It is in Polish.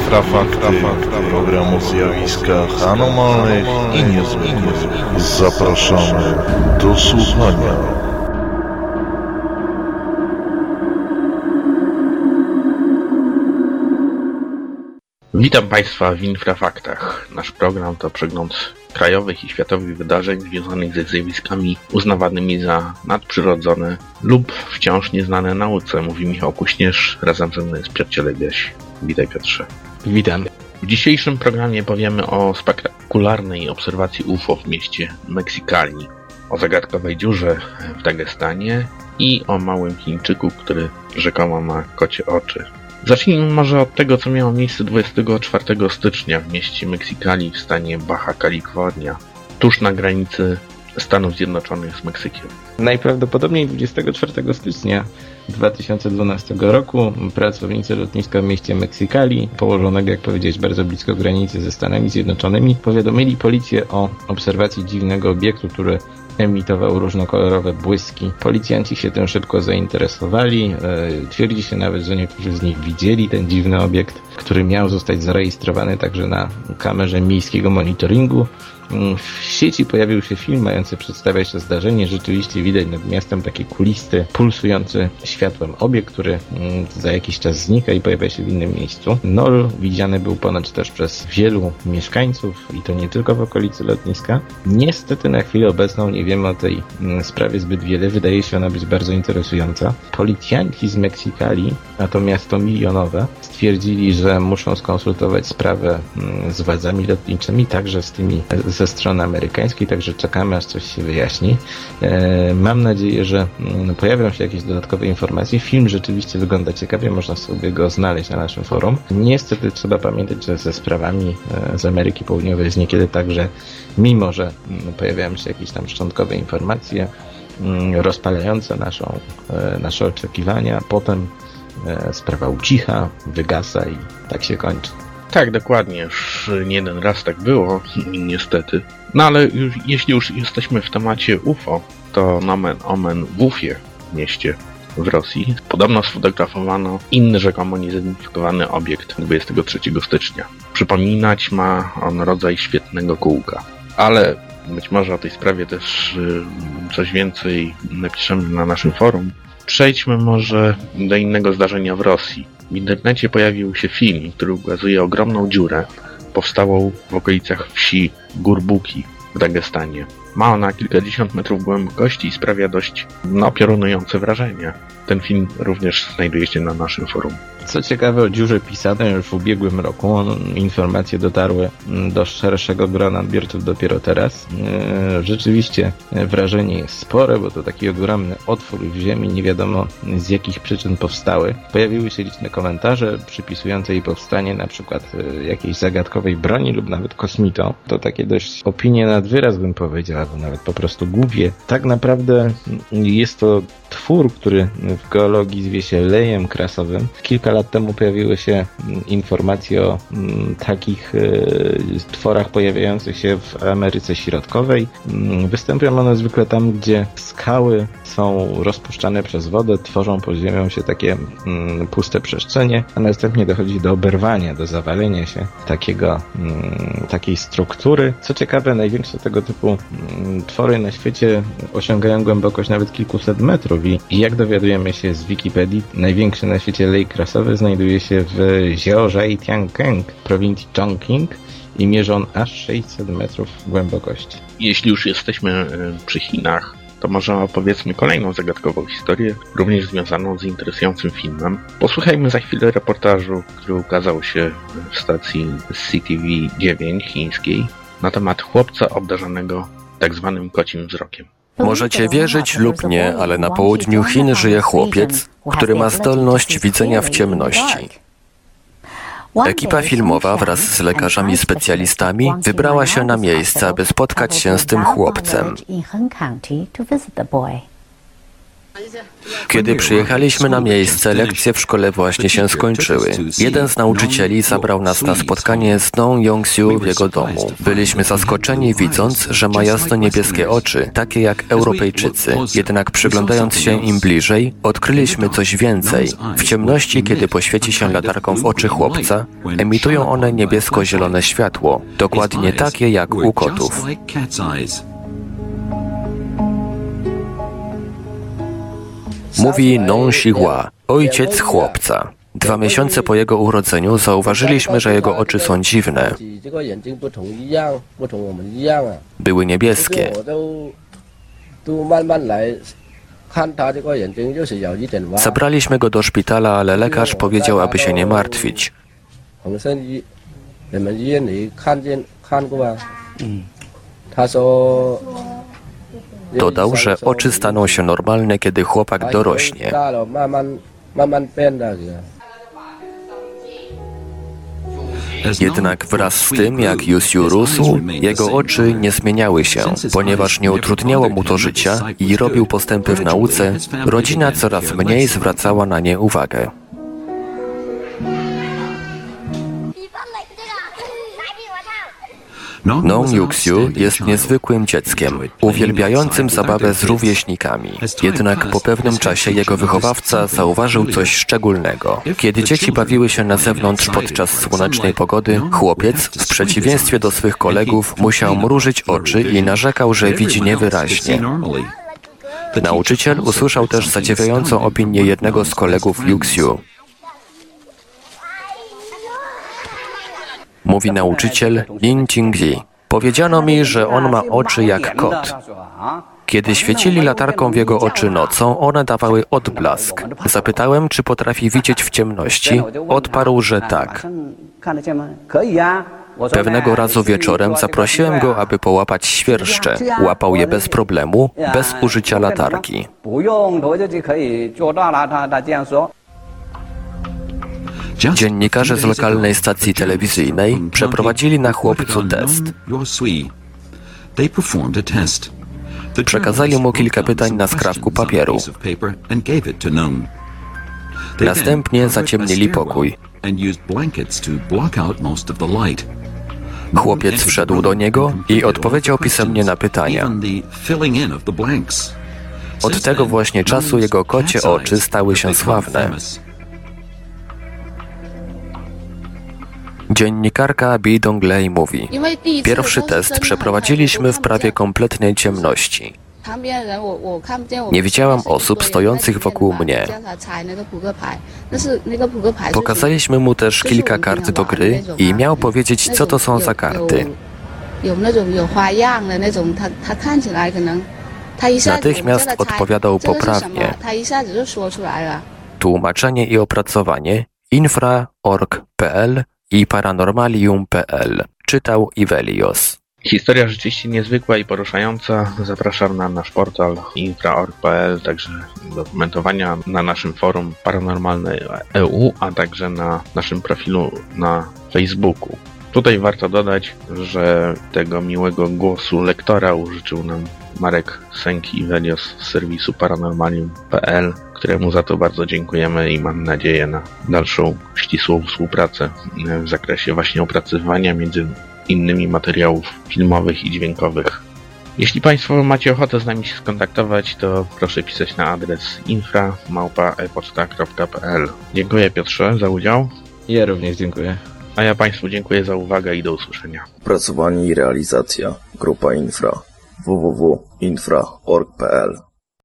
Infrafakty, program o zjawiskach anomalnych i niezwykłych. Zapraszamy do słuchania. Witam Państwa w Infrafaktach. Nasz program to przegląd krajowych i światowych wydarzeń związanych ze zjawiskami uznawanymi za nadprzyrodzone lub wciąż nieznane nauce. Mówi Michał Kuśnierz, razem ze mną jest Piotr Cielebiaś. Witaj, Piotrze. Witam. W dzisiejszym programie powiemy o spektakularnej obserwacji UFO w mieście Mexicali, o zagadkowej dziurze w Dagestanie i o małym Chińczyku, który rzekomo ma kocie oczy. Zacznijmy może od tego, co miało miejsce 24 stycznia w mieście Mexicali w stanie Baja California, tuż na granicy Stanów Zjednoczonych z Meksykiem. Najprawdopodobniej 24 stycznia 2012 roku pracownicy lotniska w mieście Mexicali, położonego, jak powiedziałeś, bardzo blisko granicy ze Stanami Zjednoczonymi, powiadomili policję o obserwacji dziwnego obiektu, który emitował różnokolorowe błyski. Policjanci się tym szybko zainteresowali. Twierdzi się nawet, że niektórzy z nich widzieli ten dziwny obiekt, który miał zostać zarejestrowany także na kamerze miejskiego monitoringu. W sieci pojawił się film mający przedstawiać to zdarzenie. Rzeczywiście widać nad miastem taki kulisty, pulsujący światłem obiekt, który za jakiś czas znika i pojawia się w innym miejscu. Nol widziany był ponoć też przez wielu mieszkańców i to nie tylko w okolicy lotniska. Niestety na chwilę obecną nie wiemy o tej sprawie zbyt wiele. Wydaje się ona być bardzo interesująca. Policjanci z Mexicali, a to miasto milionowe, stwierdzili, że muszą skonsultować sprawę z władzami lotniczymi, także z tymi ze strony amerykańskiej, także czekamy, aż coś się wyjaśni. Mam nadzieję, że pojawią się jakieś dodatkowe informacje. Film rzeczywiście wygląda ciekawie, można sobie go znaleźć na naszym forum. Niestety trzeba pamiętać, że ze sprawami z Ameryki Południowej jest niekiedy tak, że mimo, że pojawiają się jakieś tam szczątkowe informacje rozpalające nasze oczekiwania, potem sprawa ucicha, wygasa i tak się kończy. Tak, dokładnie. Już nie jeden raz tak było, niestety. No ale jeśli już jesteśmy w temacie UFO, to nomen omen w UFie w mieście w Rosji podobno sfotografowano inny rzekomo niezidentyfikowany obiekt 23 stycznia. Przypominać ma on rodzaj świetnego kółka. Ale być może o tej sprawie też coś więcej napiszemy na naszym forum. Przejdźmy może do innego zdarzenia w Rosji. W internecie pojawił się film, który ukazuje ogromną dziurę powstałą w okolicach wsi Gurbuki w Dagestanie. Ma ona kilkadziesiąt metrów głębokości i sprawia dość piorunujące wrażenie. Ten film również znajduje się na naszym forum. Co ciekawe, o dziurze pisano już w ubiegłym roku. Informacje dotarły do szerszego grona odbiorców dopiero teraz. Rzeczywiście wrażenie jest spore, bo to taki ogromny otwór w ziemi, nie wiadomo z jakich przyczyn powstały. Pojawiły się liczne komentarze przypisujące jej powstanie na przykład jakiejś zagadkowej broni lub nawet kosmitom. To takie dość opinie nad wyraz, bym powiedział, albo nawet po prostu głupie. Tak naprawdę jest to twór, który w geologii zwie się lejem krasowym. Kilka lat temu pojawiły się informacje o takich tworach pojawiających się w Ameryce Środkowej. Występują one zwykle tam, gdzie skały są rozpuszczane przez wodę, tworzą pod ziemią się takie puste przestrzenie, a następnie dochodzi do oberwania, do zawalenia się takiej struktury. Co ciekawe, największe tego typu twory na świecie osiągają głębokość nawet kilkuset metrów i jak dowiadujemy się z Wikipedii, największy na świecie lej krasowy znajduje się w Zhejiangkeng, prowincji Chongqing i mierzy on aż 600 metrów głębokości. Jeśli już jesteśmy przy Chinach, to może opowiedzmy kolejną zagadkową historię, również związaną z interesującym filmem. Posłuchajmy za chwilę reportażu, który ukazał się w stacji CCTV-9 chińskiej na temat chłopca obdarzonego tak zwanym kocim wzrokiem. Możecie wierzyć lub nie, ale na południu Chin żyje chłopiec, który ma zdolność widzenia w ciemności. Ekipa filmowa wraz z lekarzami specjalistami wybrała się na miejsce, aby spotkać się z tym chłopcem. Kiedy przyjechaliśmy na miejsce, lekcje w szkole właśnie się skończyły. Jeden z nauczycieli zabrał nas na spotkanie z Nong Yong-siu w jego domu. Byliśmy zaskoczeni, widząc, że ma jasno-niebieskie oczy, takie jak Europejczycy. Jednak przyglądając się im bliżej, odkryliśmy coś więcej. W ciemności, kiedy poświeci się latarką w oczy chłopca, emitują one niebiesko-zielone światło, dokładnie takie jak u kotów. Mówi Nong Xihua, ojciec chłopca. 2 miesiące po jego urodzeniu zauważyliśmy, że jego oczy są dziwne. Były niebieskie. Zabraliśmy go do szpitala, ale lekarz powiedział, aby się nie martwić. Dodał, że oczy staną się normalne, kiedy chłopak dorośnie. Jednak wraz z tym, jak Yusiu rósł, jego oczy nie zmieniały się, ponieważ nie utrudniało mu to życia i robił postępy w nauce, rodzina coraz mniej zwracała na nie uwagę. Nong Yong-siu jest niezwykłym dzieckiem, uwielbiającym zabawę z rówieśnikami. Jednak po pewnym czasie jego wychowawca zauważył coś szczególnego. Kiedy dzieci bawiły się na zewnątrz podczas słonecznej pogody, chłopiec, w przeciwieństwie do swych kolegów, musiał mrużyć oczy i narzekał, że widzi niewyraźnie. Nauczyciel usłyszał też zadziwiającą opinię jednego z kolegów Yuxiu. Mówi nauczyciel Lin Jingyi. Powiedziano mi, że on ma oczy jak kot. Kiedy świecili latarką w jego oczy nocą, one dawały odblask. Zapytałem, czy potrafi widzieć w ciemności. Odparł, że tak. Pewnego razu wieczorem zaprosiłem go, aby połapać świerszcze. Łapał je bez problemu, bez użycia latarki. Dziennikarze z lokalnej stacji telewizyjnej przeprowadzili na chłopcu test. Przekazali mu kilka pytań na skrawku papieru. Następnie zaciemnili pokój. Chłopiec wszedł do niego i odpowiedział pisemnie na pytania. Od tego właśnie czasu jego kocie oczy stały się sławne. Dziennikarka Bi Donglei mówi: pierwszy test przeprowadziliśmy w prawie kompletnej ciemności. Nie widziałam osób stojących wokół mnie. Pokazaliśmy mu też kilka kart do gry i miał powiedzieć, co to są za karty. Natychmiast odpowiadał poprawnie. Tłumaczenie i opracowanie infra.org.pl i paranormalium.pl. Czytał Ivelios. Historia rzeczywiście niezwykła i poruszająca. Zapraszam na nasz portal infra.org.pl, także do komentowania na naszym forum Paranormalne.eu, a także na naszym profilu na Facebooku. Tutaj warto dodać, że tego miłego głosu lektora użyczył nam Marek Sęk-Ivelios z serwisu paranormalium.pl, któremu za to bardzo dziękujemy i mam nadzieję na dalszą ścisłą współpracę w zakresie właśnie opracowywania między innymi materiałów filmowych i dźwiękowych. Jeśli Państwo macie ochotę z nami się skontaktować, to proszę pisać na adres infra@epoczta.pl. Dziękuję, Piotrze, za udział. Ja również dziękuję. A ja Państwu dziękuję za uwagę i do usłyszenia. Opracowanie i realizacja Grupa Infra www.infra.org.pl